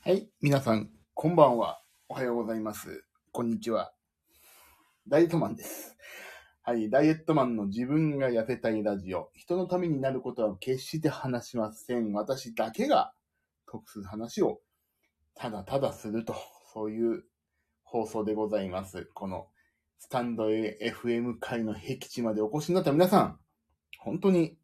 はい、皆さん、こんばんは。おはようございます。こんにちは。ダイエットマンです。はい、ダイエットマンの自分が痩せたいラジオ。人のためになることは決して話しません。私だけが得する話をただただすると、そういう放送でございます。このスタンド FM 界の僻地までお越しになった皆さん、本当に、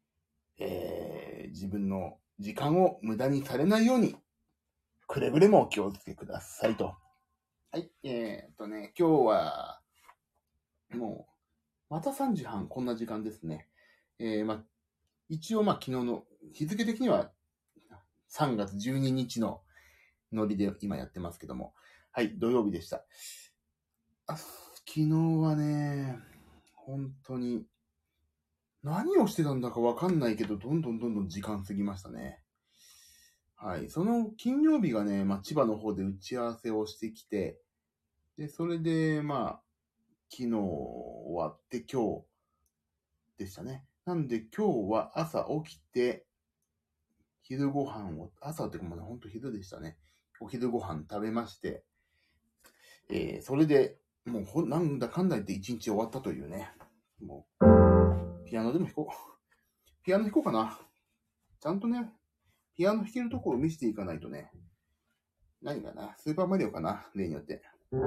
自分の時間を無駄にされないように、くれぐれもお気をつけくださいと。はい。今日は、もう、また3時半、こんな時間ですね。一応昨日の、日付的には3月12日のノリで今やってますけども。はい、土曜日でした。昨日はね、本当に、何をしてたんだかわかんないけど、どんどん時間過ぎましたね。はい。その金曜日がね、千葉の方で打ち合わせをしてきて、で、それで、昨日終わって今日でしたね。なんで今日は朝起きて、昼ご飯を、朝っていうかほんと昼でしたね。お昼ご飯食べまして、それで、もうなんだかんだ言って一日終わったというね。もう、ピアノでも弾こう。ピアノ弾こうかな。ちゃんとね、ピアノ弾けるところを見せていかないとね。何かな、スーパーマリオかな、例によって。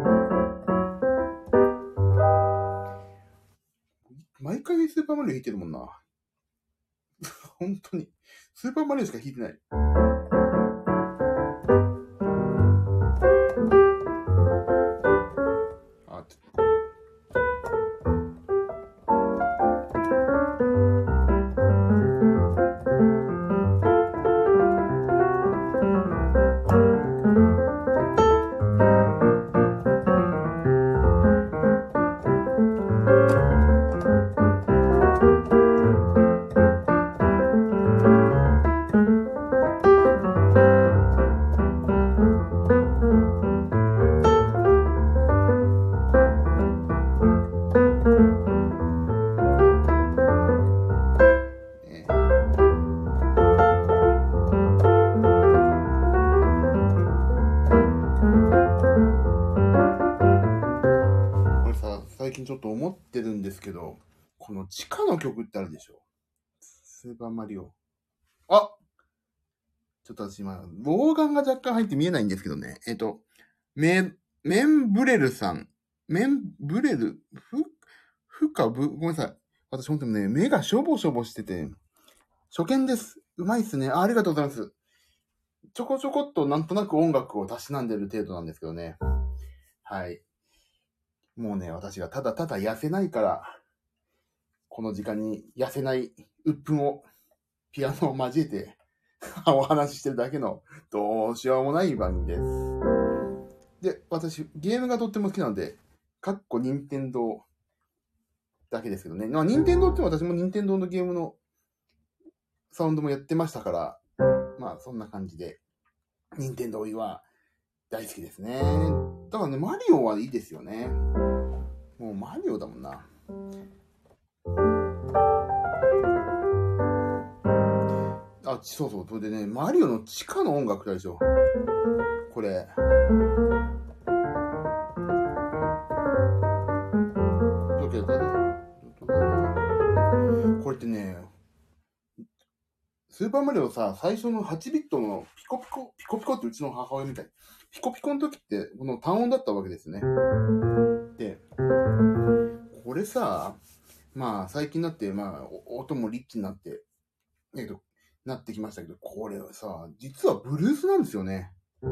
毎回スーパーマリオ弾いてるもんな。本当に。スーパーマリオしか弾いてない。最近ちょっと思ってるんですけど、この地下の曲ってあるでしょ。スーパーマリオ。あ、ちょっと私今、老眼が若干入って見えないんですけどね。メンブレルさん。メンブレル、ごめんなさい。私本当にね、目がしょぼしょぼしてて、初見です。うまいっすね。ありがとうございます。ちょこちょこっとなんとなく音楽をたしなんでる程度なんですけどね。はい。もうね、私がただただ痩せないから、この時間に痩せない鬱憤をピアノを交えてお話ししてるだけのどうしようもない番組です。で、私、ゲームがとっても好きなので、任天堂だけですけどね。任天堂って私も任天堂のゲームのサウンドもやってましたから、そんな感じで、任天堂は大好きですね。だからね、マリオはいいですよね。もうマリオだもんな。そうそう。それでね、マリオの地下の音楽でしょ。これ。これってね、スーパーマリオさ、最初の8ビットのピコピコってうちの母親みたい。ピコピコの時って、この単音だったわけですね。で、これさ、最近になって、音もリッチになって、なってきましたけど、これはさ、実はブルースなんですよね。こ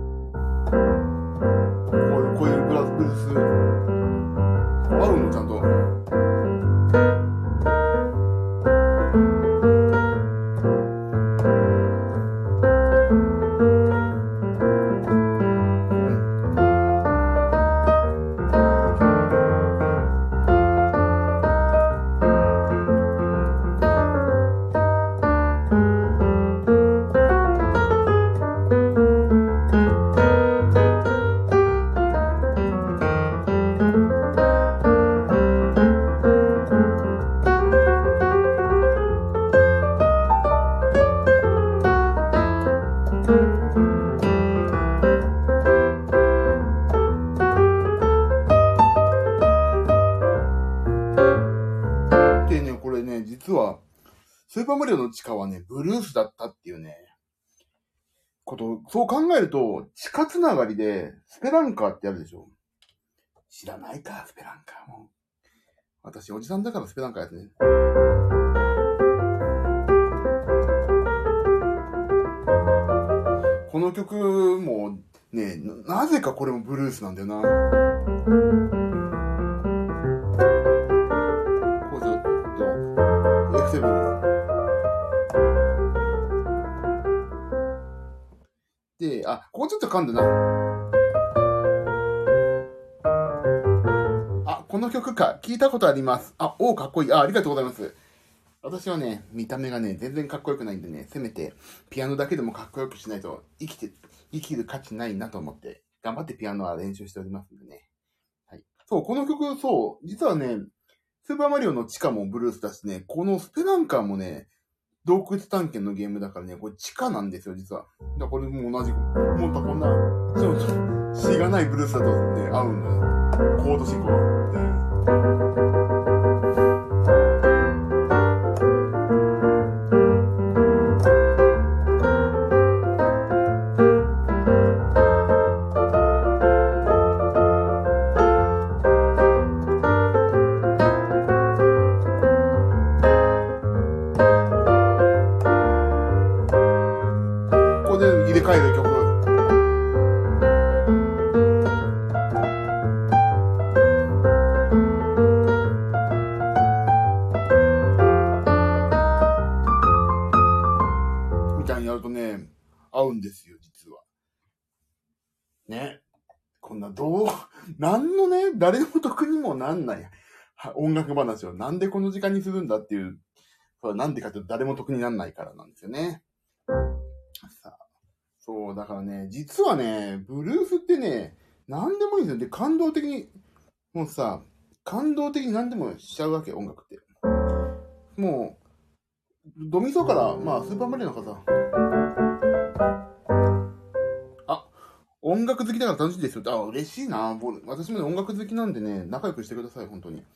ういうブルース、合うのちゃんと。 スーパーマリオの地下はね、ブルースだったっていうね、そう考えると、地下つながりで、スペランカーってあるでしょ。知らないか、スペランカーも。私、おじさんだからスペランカーやつね。この曲も、ね、なぜかこれもブルースなんだよな。こうすると、F7。で、ここちょっと噛んだな。この曲か。聞いたことあります。かっこいい。ありがとうございます。私はね、見た目がね、全然かっこよくないんでね、せめて、ピアノだけでもかっこよくしないと、生きる価値ないなと思って、頑張ってピアノは練習しておりますんでね。はい。そう、この曲、そう、実はね、スーパーマリオの地下もブルースだしね、このスペランカーもね、洞窟探検のゲームだからね、これ地下なんですよ、実は。だからこれも同じ、もっとこんな、しがないブルースだとね、合うんだよ。コード進行。ここで入れ替える曲。合うんですよ、実は。ね。こんななんのね、誰の得にもなんない音楽話をなんでこの時間にするんだっていう、なんでかって誰も得になんないからなんですよね。さあ、そう、だからね、実はね、ブルースってね、なんでもいいんですよ。で、感動的に何でもしちゃうわけ、音楽って。もう、ドミソから、スーパーマリオの方、音楽好きだから楽しいですよ。嬉しいな。私もね、音楽好きなんでね、仲良くしてください、本当に。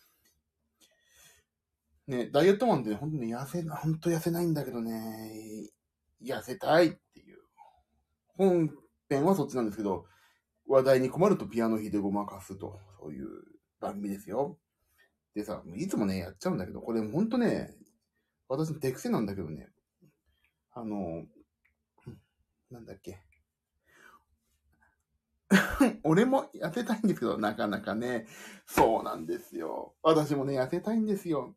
ね、ダイエットマンってね、本当に本当痩せないんだけどね、痩せたいっていう。本編はそっちなんですけど、話題に困るとピアノ弾いてごまかすと、そういう番組ですよ。でさ、いつもね、やっちゃうんだけど、これ本当ね、私の手癖なんだけどね、なんだっけ。俺も痩せたいんですけど、なかなかね、そうなんですよ。私もね、痩せたいんですよ。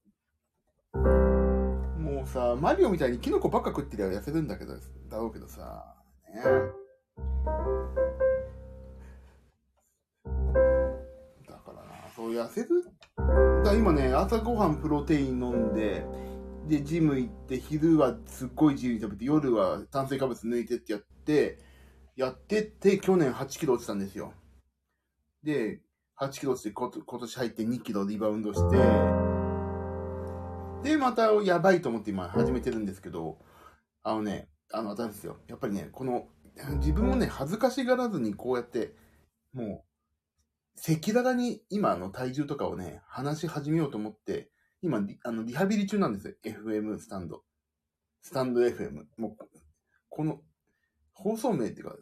もうさ、マリオみたいにキノコばっか食ってりゃ痩せるんだろうけどさ、ね。だからな、そう痩せる。今ね、朝ごはんプロテイン飲んで、で、ジム行って、昼はすっごい自由に食べて、夜は炭水化物抜いてってやってって、去年8キロ落ちたんですよ。で、8キロ落ちて、今年入って2キロリバウンドして、で、またやばいと思って今始めてるんですけど、あれですよ。やっぱりね、自分もね、恥ずかしがらずにこうやって、もう、赤裸々に今体重とかをね、話し始めようと思って、今、リハビリ中なんですよ。FM スタンド FM。もう、この、放送名っていうか、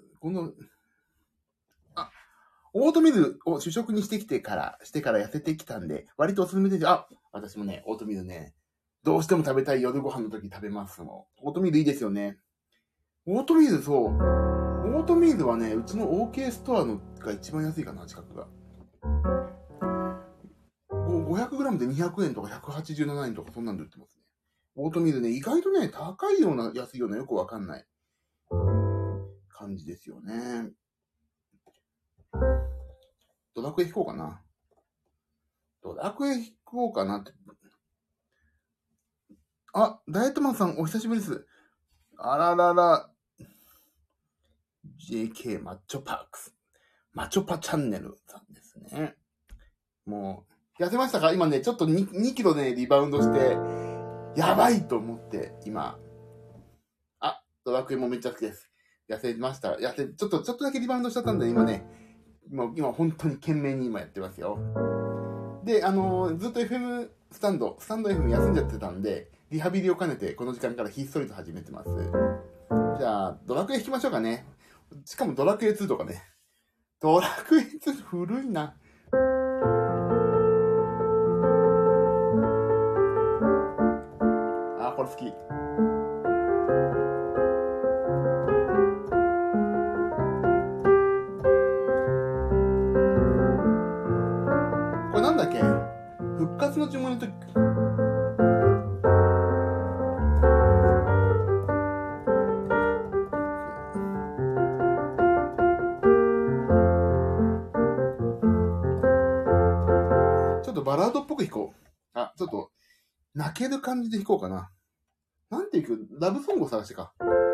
オートミールを主食にしてから痩せてきたんで、割とおすすめです。私もね、オートミールね、どうしても食べたい夜ご飯の時食べますもん。オートミールいいですよね。オートミールはね、うちの OK ストアのが一番安いかな、近くが。500g で200円とか187円とかそんなんで売ってますね。オートミールね、意外とね、高いような、安いような、よくわかんない感じですよね。ドラクエ弾こうかなって。ダイエットマンさん、お久しぶりです。あららら。JK マッチョパークス。マチョパチャンネルさんですね。もう、痩せましたか？今ね、ちょっと 2キロね、リバウンドして、やばいと思って、今。ドラクエもめっちゃ好きです。痩せました。ちょっとだけリバウンドしちゃったんで、今ね、今本当に懸命に今やってますよ。で、ずっと FM スタンド FM 休んじゃってたんで、 リハビリを兼ねてこの時間からひっそりと始めてます。じゃあ、ドラクエ弾きましょうかね。しかもドラクエ2とかね。ドラクエ2古いな。あ、これ好き。これなんだっけ？復活の呪文の時。ちょっとバラードっぽく弾こう。あ、ちょっと泣ける感じで弾こうかな。なんていう曲？ラブソングを探してか。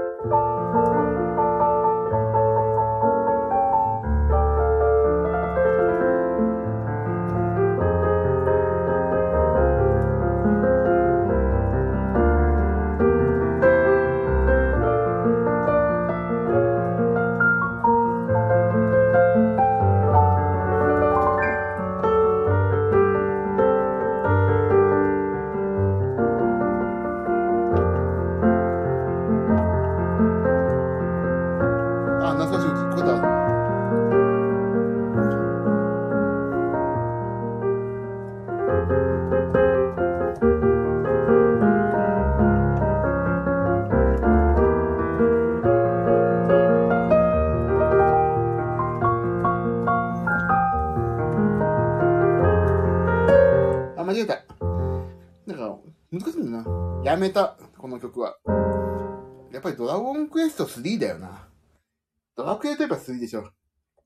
間違えた。なんか、難しいんだな。やめた、この曲は。やっぱりドラゴンクエスト3だよな。ドラクエといえば3でしょ。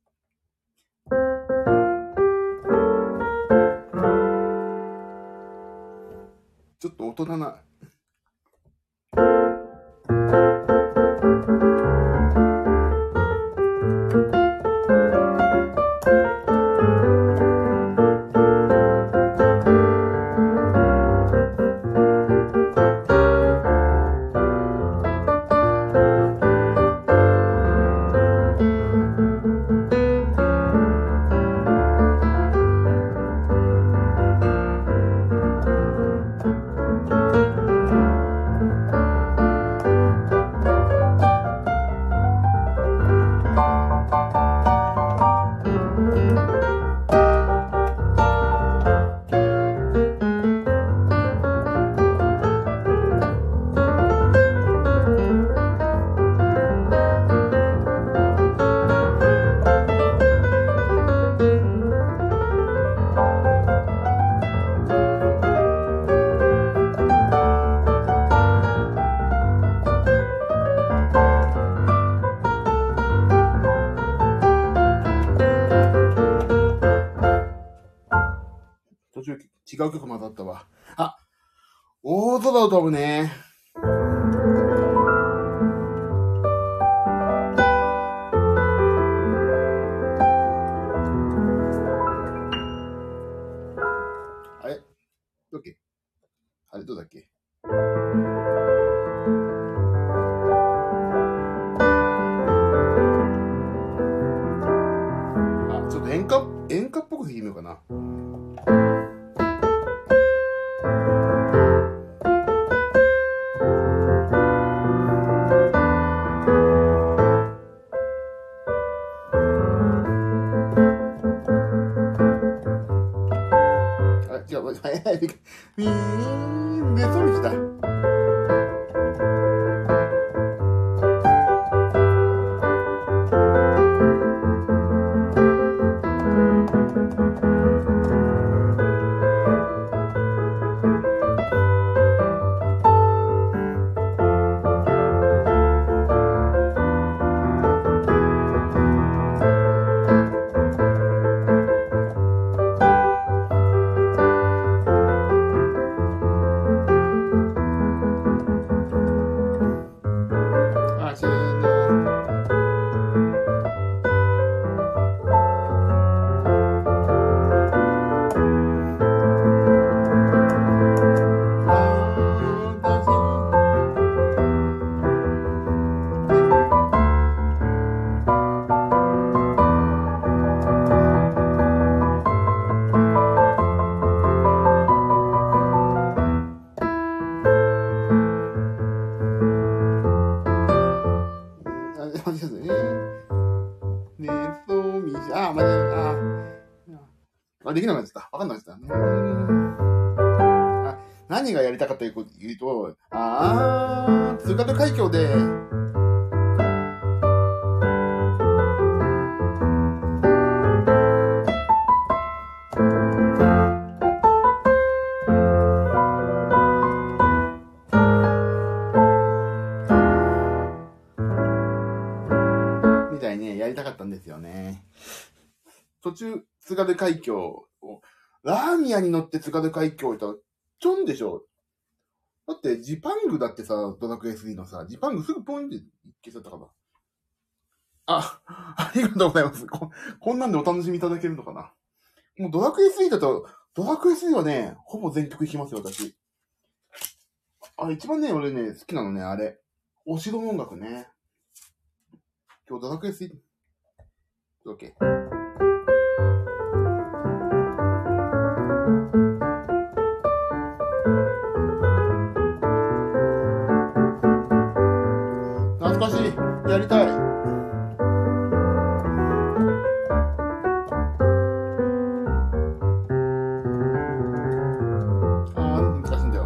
ちょっと大人な。途中違う曲混ざったわ。あ、大空を飛ぶね。あれどっけあれどうだっけあ、ちょっと演歌っぽく弾いてみようかな。早い。ウィーン、ベソミチだ。 ね。ねそうみし、あ、まだ、できなくなっちゃった。わかんなくなっちゃった。何がやりたかったかというと、津軽海峡で、みたいにやりたかったんですよね。途中、津軽海峡を、ラーミアに乗って津軽海峡行ったら、ちょんでしょ。だって、ジパングだってさ、ドラクエ3のさ、ジパングすぐポンって行けちゃったから。ありがとうございます。こんなんでお楽しみいただけるのかな。もうドラクエ3だと、ドラクエ3はね、ほぼ全曲弾きますよ、私。一番ね、俺ね、好きなのね、あれ。お城の音楽ね。今日ドラクエ3、OK。懐かしい。やりたい。難しいんだよ。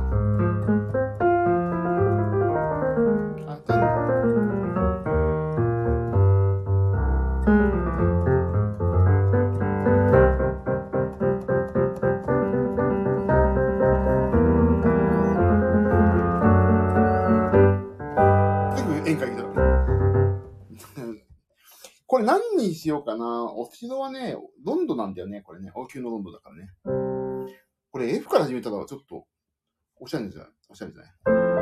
すぐ演歌に来た。これ何にしようかな。お城はね、ロンドなんだよね、これね。王宮のロンドだからね。これ F から始めたらちょっと、おしゃれじゃない？おしゃれじゃない？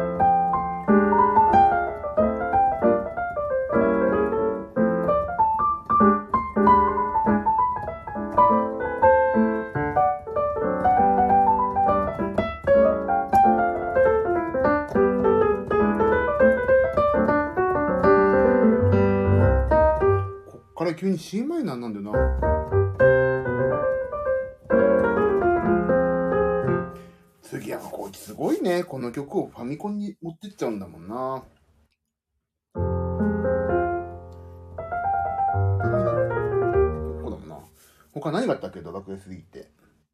こっから急に C マイナーなんだよな。次はこいつすごいね。この曲をファミコンに持ってっちゃうんだもんな。こうだもんな。他何があったっけ、ドラクエ3って。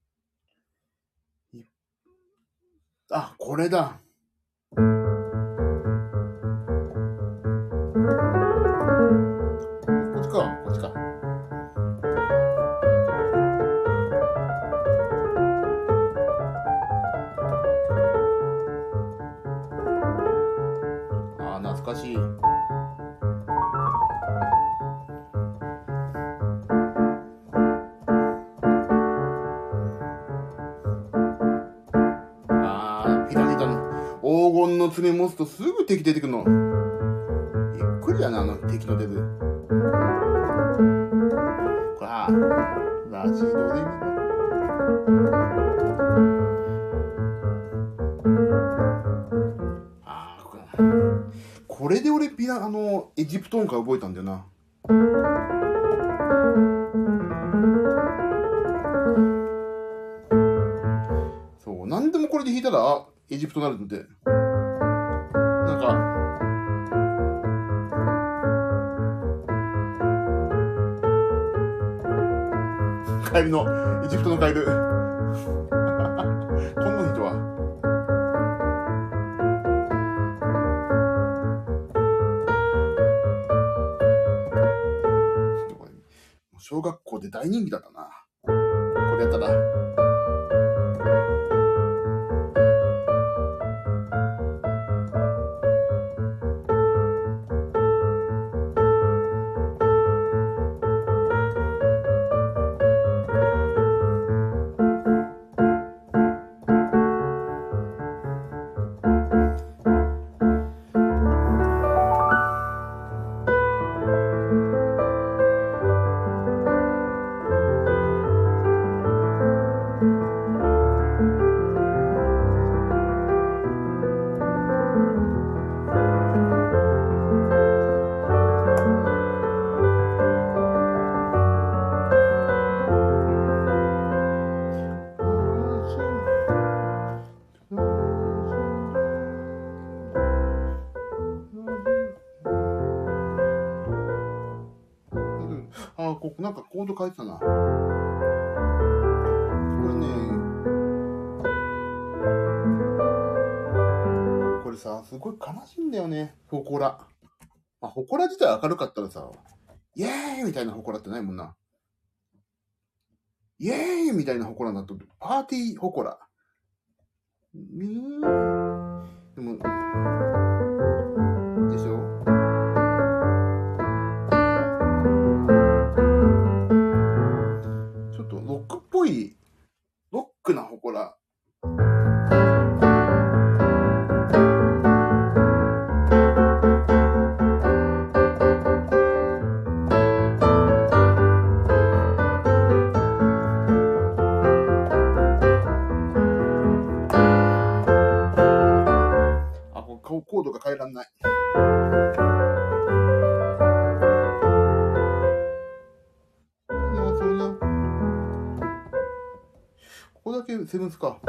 これだ。こっちか、こっちか。懐かしい。ピラミッドの黄金の爪持つとすぐ敵出てくるの。ゆっくりやな、敵の出る。これ、ラシドレミこれで俺エジプト音階覚えたんだよな。そう、なんでもこれで弾いたら、エジプトになるんで。なんか、カエルの、エジプトのカエル。こんな人は。小学校で大人気だったな。これやったら。 なんかコード書いてたな。これね、これさ、すごい悲しいんだよね、祠。まあ、祠自体明るかったらさ、イエーイみたいな祠ってないもんな。イエーイみたいな祠になっとる。パーティー祠。でも、でしょ？ちょっとロックっぽい、ロックな祠。コードが変えらんない。ここだけセブンスか。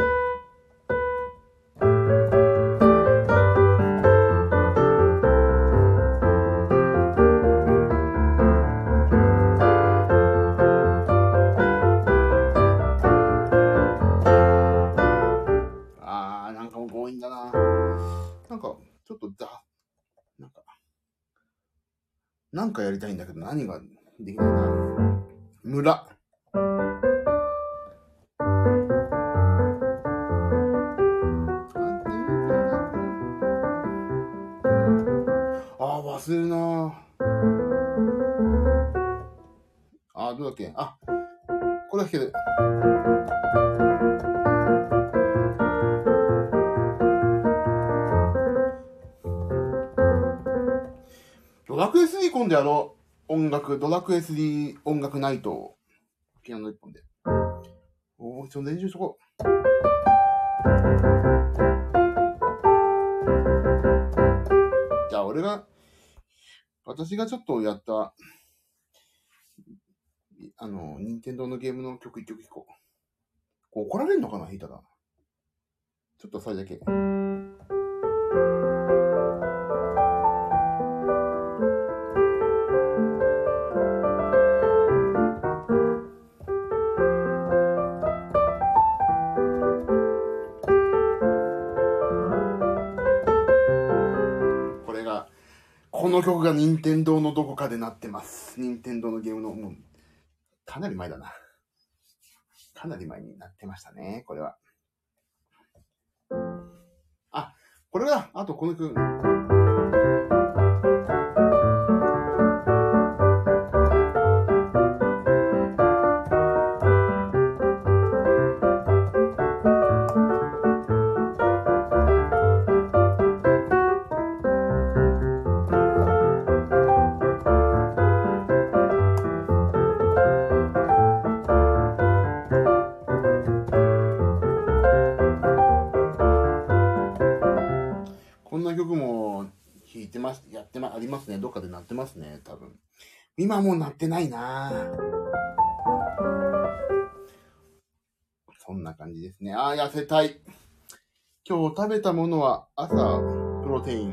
なんかもう強引だな。なんか、ちょっとなんかやりたいんだけど、何ができないな。村。忘れるな。どうだっけ。これは弾ける。ドラクエ3今度やろう。ドラクエ3音楽ナイト。ピアノ一本で。ちょっと練習しとこう。じゃあ、私がちょっとやった、任天堂のゲームの曲一曲弾こう。怒られんのかな、弾いたら。ちょっとそれだけ。この曲が任天堂のどこかで鳴ってます。任天堂のゲームの、もう、かなり前だな。かなり前になってましたね、これは。これだ。あとこの曲。こんな曲も弾いてます、ありますね。どっかで鳴ってますね、多分。今はもう鳴ってないな。そんな感じですね。痩せたい。今日食べたものは朝、プロテイン。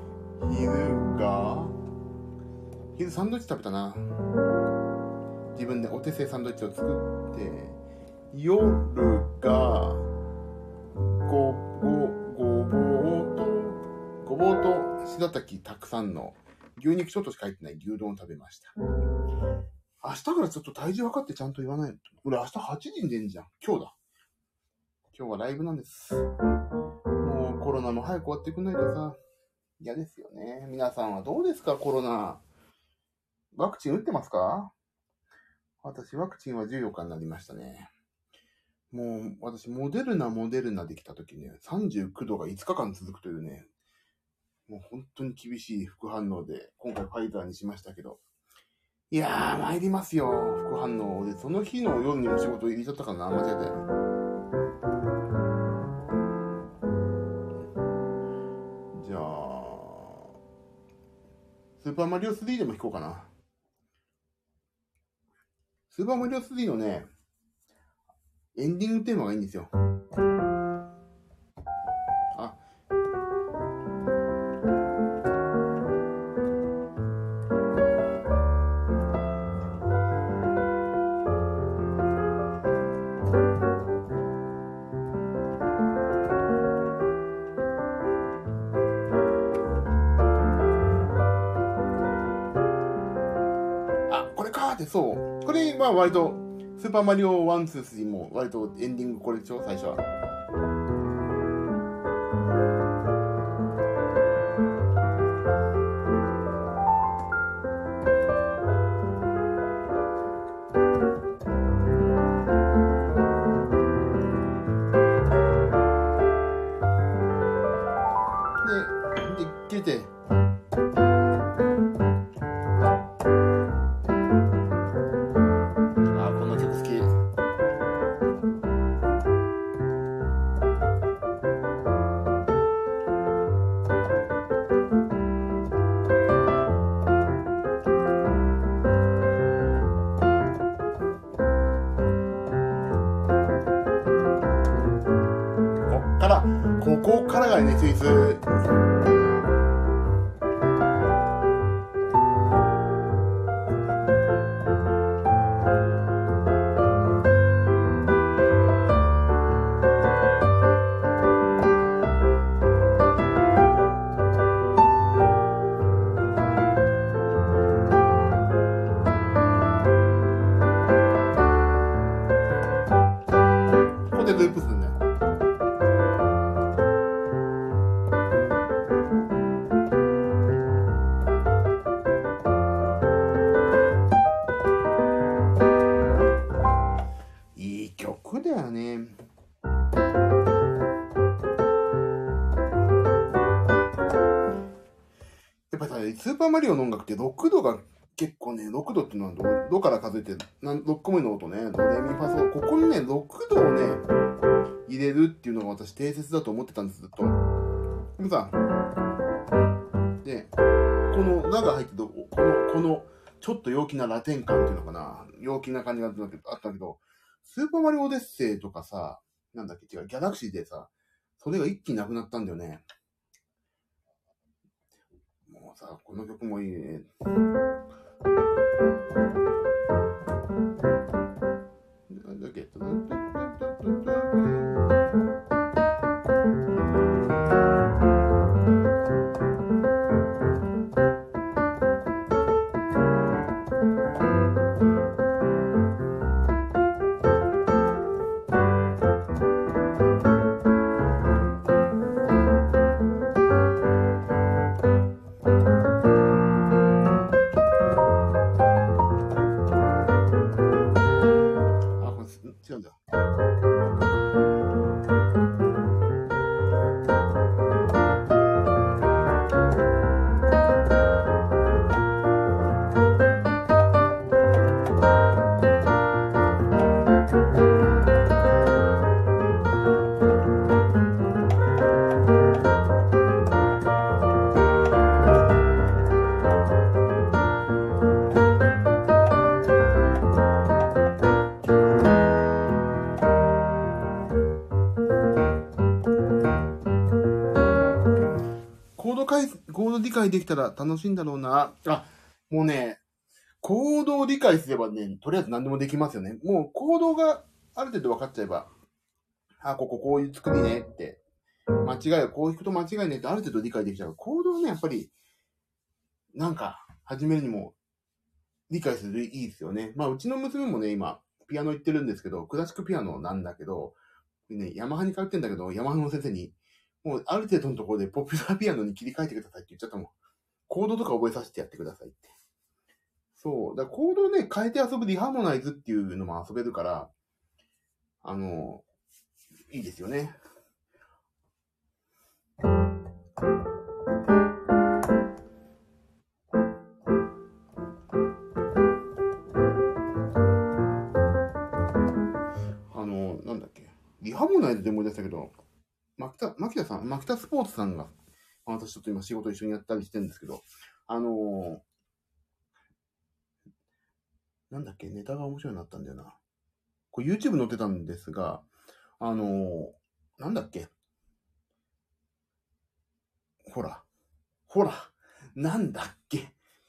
昼サンドイッチ食べたな。自分でお手製サンドイッチを作って、夜が、ごぼうと白滝たくさんの牛肉ちょっとしか入ってない牛丼を食べました。明日からちょっと体重測ってちゃんと言わないと。俺明日8時に出んじゃん。今日だ。今日はライブなんです。もうコロナも早く終わってくんないとさ、嫌ですよね。皆さんはどうですか、コロナ。ワクチン打ってますか？私、ワクチンは14日になりましたね。もう、私、モデルナできた時ね、39度が5日間続くというね、もう本当に厳しい副反応で、今回ファイザーにしましたけど、いやー、参りますよ、副反応で。その日の夜にも仕事入れちゃったかな、間違えて。じゃあ、スーパーマリオ3でも弾こうかな。スーパーマリオ3のね、エンディングテーマがいいんですよ。 かって、そう。これは割と、スーパーマリオ1、2、3も割とエンディングこれでしょ、最初は。で、切れて、この曲好き。ここからがね、スイス。ここでループするんだよ。いい曲だよね。やっぱさ、スーパーマリオの音楽って6度が結構ね、6度っていうのはどから数えて、6個目の音ね、ドレミファソ、ここにね、6度をね、入れるっていうのが私定説だと思ってたんです、ずっと。でもさ、で、このラが入ってるこの、ちょっと陽気なラテン感っていうのかな、陽気な感じがあったけど、スーパーマリオオデッセイとかさ、なんだっけ、違う、ギャラクシーでさ、それが一気になくなったんだよね。もうさ、この曲もいいね。なんだっけ、違うんだ。コード理解できたら楽しいんだろうな。もうね、コードを理解すればね、とりあえず何でもできますよね。もうコードがある程度分かっちゃえば、こういう作りねって、こういうこと間違いねってある程度理解できちゃう。コードをね、やっぱり、なんか、始めるにも理解するといいですよね。うちの娘もね、今、ピアノ行ってるんですけど、クラシックピアノなんだけど、ね、ヤマハに通ってんだけど、ヤマハの先生に、もうある程度のところでポピュラーピアノに切り替えてくださいって言っちゃったもん。コードとか覚えさせてやってくださいって。そう。だからコードをね、変えて遊ぶリハーモナイズっていうのも遊べるから、いいですよね。なんだっけ。リハーモナイズで思い出したけど、牧田スポーツさんが、私ちょっと今仕事一緒にやったりしてるんですけど、なんだっけ、ネタが面白いなったんだよな。これ YouTube 載ってたんですが、なんだっけ。ほら、なんだっけ。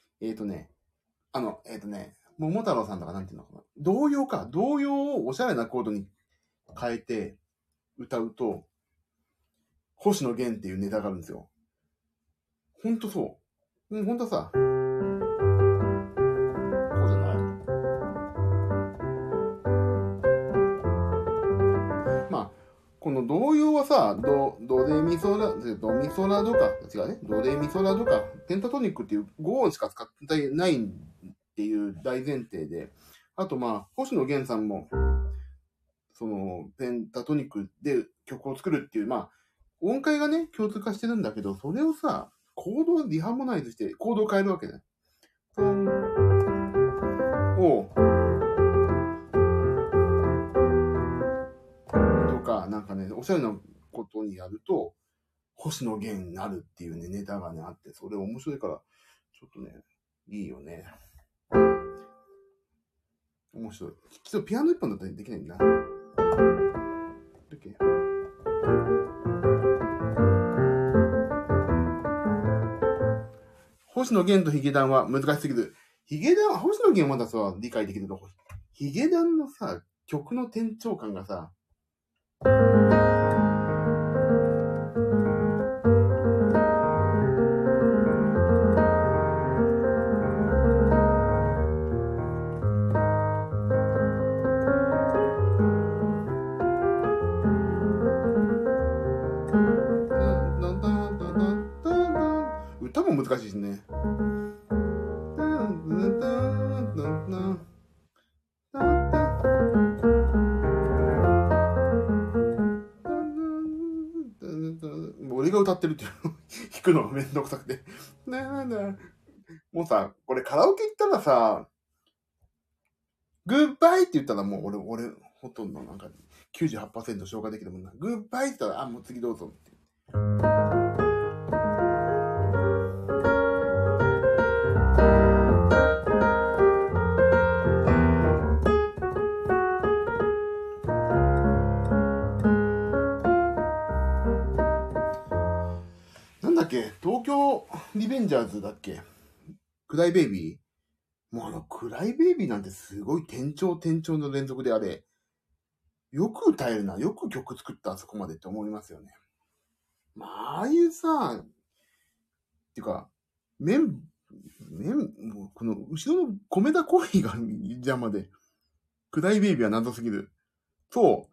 桃太郎さんとかなんていうのかな。童謡をおしゃれなコードに変えて歌うと、星野源っていうネタがあるんですよ。ほんとそう。ほんとさ、こうじゃない。 ソラドか、違うね、ドレミソラドか、ペンタトニックっていう5音しか使ってないっていう大前提で、あと星野源さんも、その、ペンタトニックで曲を作るっていう、音階がね、共通化してるんだけど、それをさ、コードをリハーモナイズして、コードを変えるわけだよ。とか、なんかね、おしゃれなことにやると、星野源になるっていうね、ネタがね、あって、それ面白いから、ちょっとね、いいよね。面白い。きっとピアノ一本だったらできないんだ。星野源とヒゲダンは難しすぎる。星野源はまださ、理解できると。ヒゲダンのさ、曲の転調感がさ、歌も難しいしね。俺が歌ってるっていうのを弾くのがめんどくさくて。もうさ、これカラオケ行ったらさ、グッバイって言ったらもう俺、ほとんどなんか 98% 消化できるもんな。グッバイって言ったら、もう次どうぞって。なんだっけ、東京リベンジャーズだっけ、クライベイビー、もうクライベイビーなんてすごい転調の連続であれ、よく歌えるな、よく曲作ったあそこまでって思いますよね。ああいうさ、っていうか、この後ろの米田コーヒーが邪魔で、クライベイビーは謎すぎる。そう、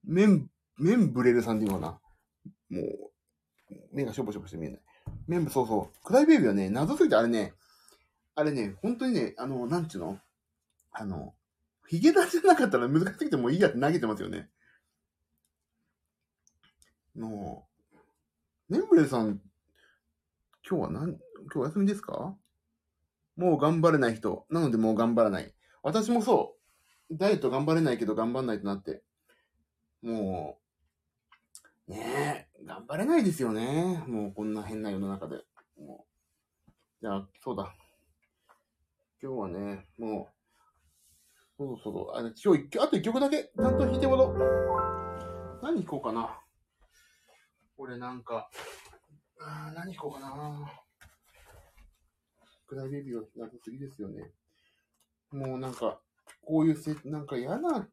メンブレルさんっていうのかな。もう、目がしょぼしょぼして見えない。そうそう。クライベイビーはね、謎すぎて、あれね、本当にね、なんちゅうのヒゲダンじゃなかったら難しすぎてもいいやって投げてますよね。もう、メンブレルさん、今日お休みですか？もう頑張れない人。なのでもう頑張らない。私もそう。ダイエット頑張れないけど頑張んないとなって。もう、ねえ、頑張れないですよね。もうこんな変な世の中で。もうじゃあ、そうだ。今日はね、もう、そろそろ、今日、あと1曲だけ、ちゃんと弾いてもらおう。何弾こうかな。俺なんか、何弾こうかな。クライベビーはなさすぎですよね。もうなんか、こういうなんか嫌な、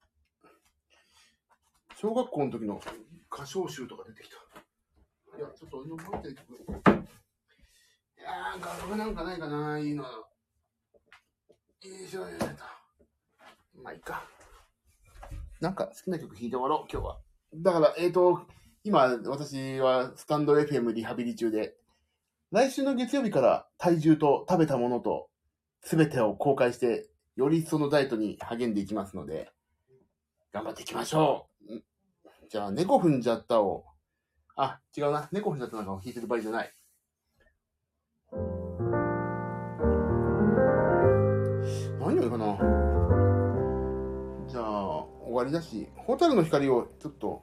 小学校の時の歌唱集とか出てきた。いや、ちょっと俺の覚えてる曲。いやー、楽譜なんかないかな、いいの。いいじゃん、やった。まあ、いいか。なんか好きな曲弾いて終わろう、今日は。だから、今、私はスタンド FM リハビリ中で、来週の月曜日から体重と食べたものと全てを公開して、よりそのダイエットに励んでいきますので、頑張っていきましょう。じゃあ、猫踏んじゃったを、違うな。猫踏んじゃったなんかを弾いてる場合じゃない。何よりかな。じゃあ、終わりだし、ホタルの光をちょっと、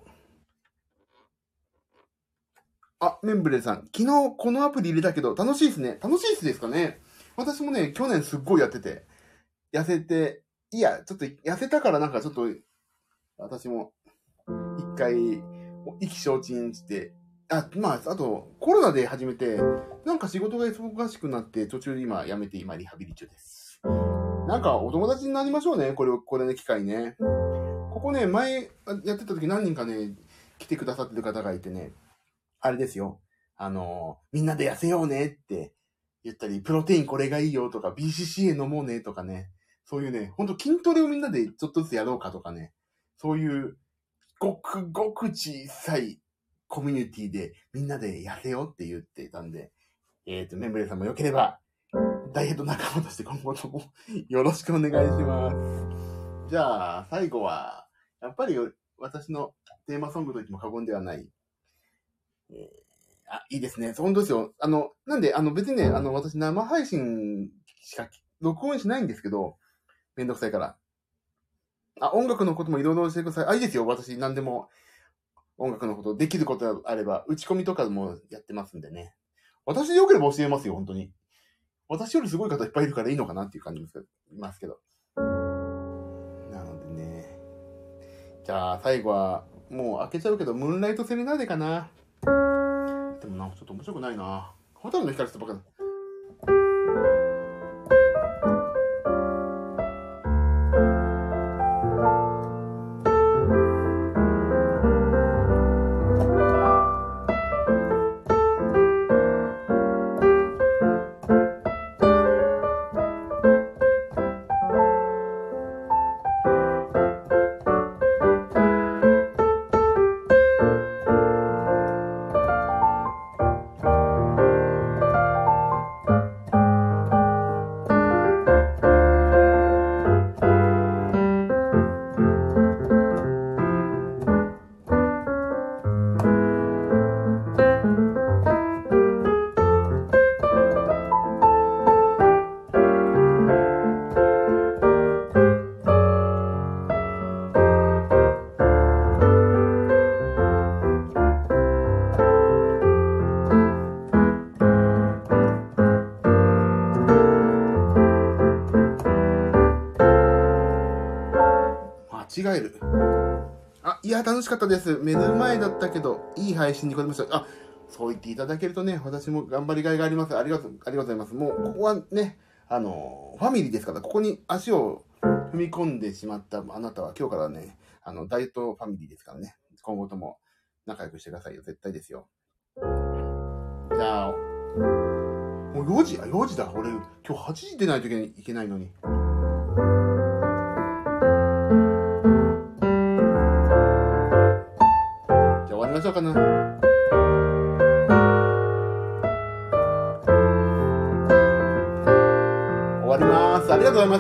メンブレさん、昨日このアプリ入れたけど、楽しいですね。楽しいですかね。私もね、去年すっごいやってて、痩せて、ちょっと痩せたからなんかちょっと、私も、一回、意気消沈して、あと、コロナで始めて、なんか仕事が忙しくなって、途中で今辞めて、今リハビリ中です。なんかお友達になりましょうね、これの機会ね。ここね、前やってた時何人かね、来てくださってる方がいてね、あれですよ。みんなで痩せようねって言ったり、プロテインこれがいいよとか、BCCA 飲もうねとかね、そういうね、ほんと筋トレをみんなでちょっとずつやろうかとかね、そういう、ごくごく小さいコミュニティでみんなで痩せようって言ってたんで、メンブレーさんもよければ、ダイエット仲間として今後ともよろしくお願いします。じゃあ、最後は、やっぱり私のテーマソングと言っても過言ではない。いいですね。本当ですよ。なんで、別にね、私生配信しか録音しないんですけど、めんどくさいから。音楽のこともいろいろしてください。いいですよ。私、何でも音楽のこと、できることがあれば、打ち込みとかもやってますんでね。私でよければ教えますよ、本当に。私よりすごい方いっぱいいるからいいのかなっていう感じますけど。なのでね。じゃあ、最後は、もう開けちゃうけど、ムーンライトセレナーデかな。でもな、ちょっと面白くないな。ホタルの光ってばっかり。間違える。いや、楽しかったです。目の前だったけど、いい配信に来れました。そう言っていただけるとね、私も頑張りがいがあります。ありがとうございます。もう、ここはね、ファミリーですから、ここに足を踏み込んでしまったあなたは、今日からね、ダイエットファミリーですからね、今後とも仲良くしてくださいよ。絶対ですよ。じゃあ、もう4時だ。俺、今日8時出ないといけないのに。終わりましょうかな。終わります。ありがとうございました。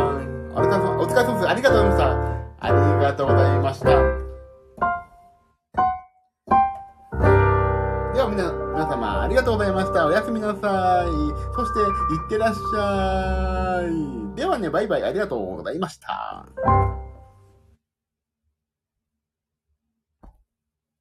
お疲れ様です。ありがとうございました。ありがとうございました。では皆様ありがとうございました。おやすみなさい。そして、いってらっしゃい。ではね、バイバイ。ありがとうございました。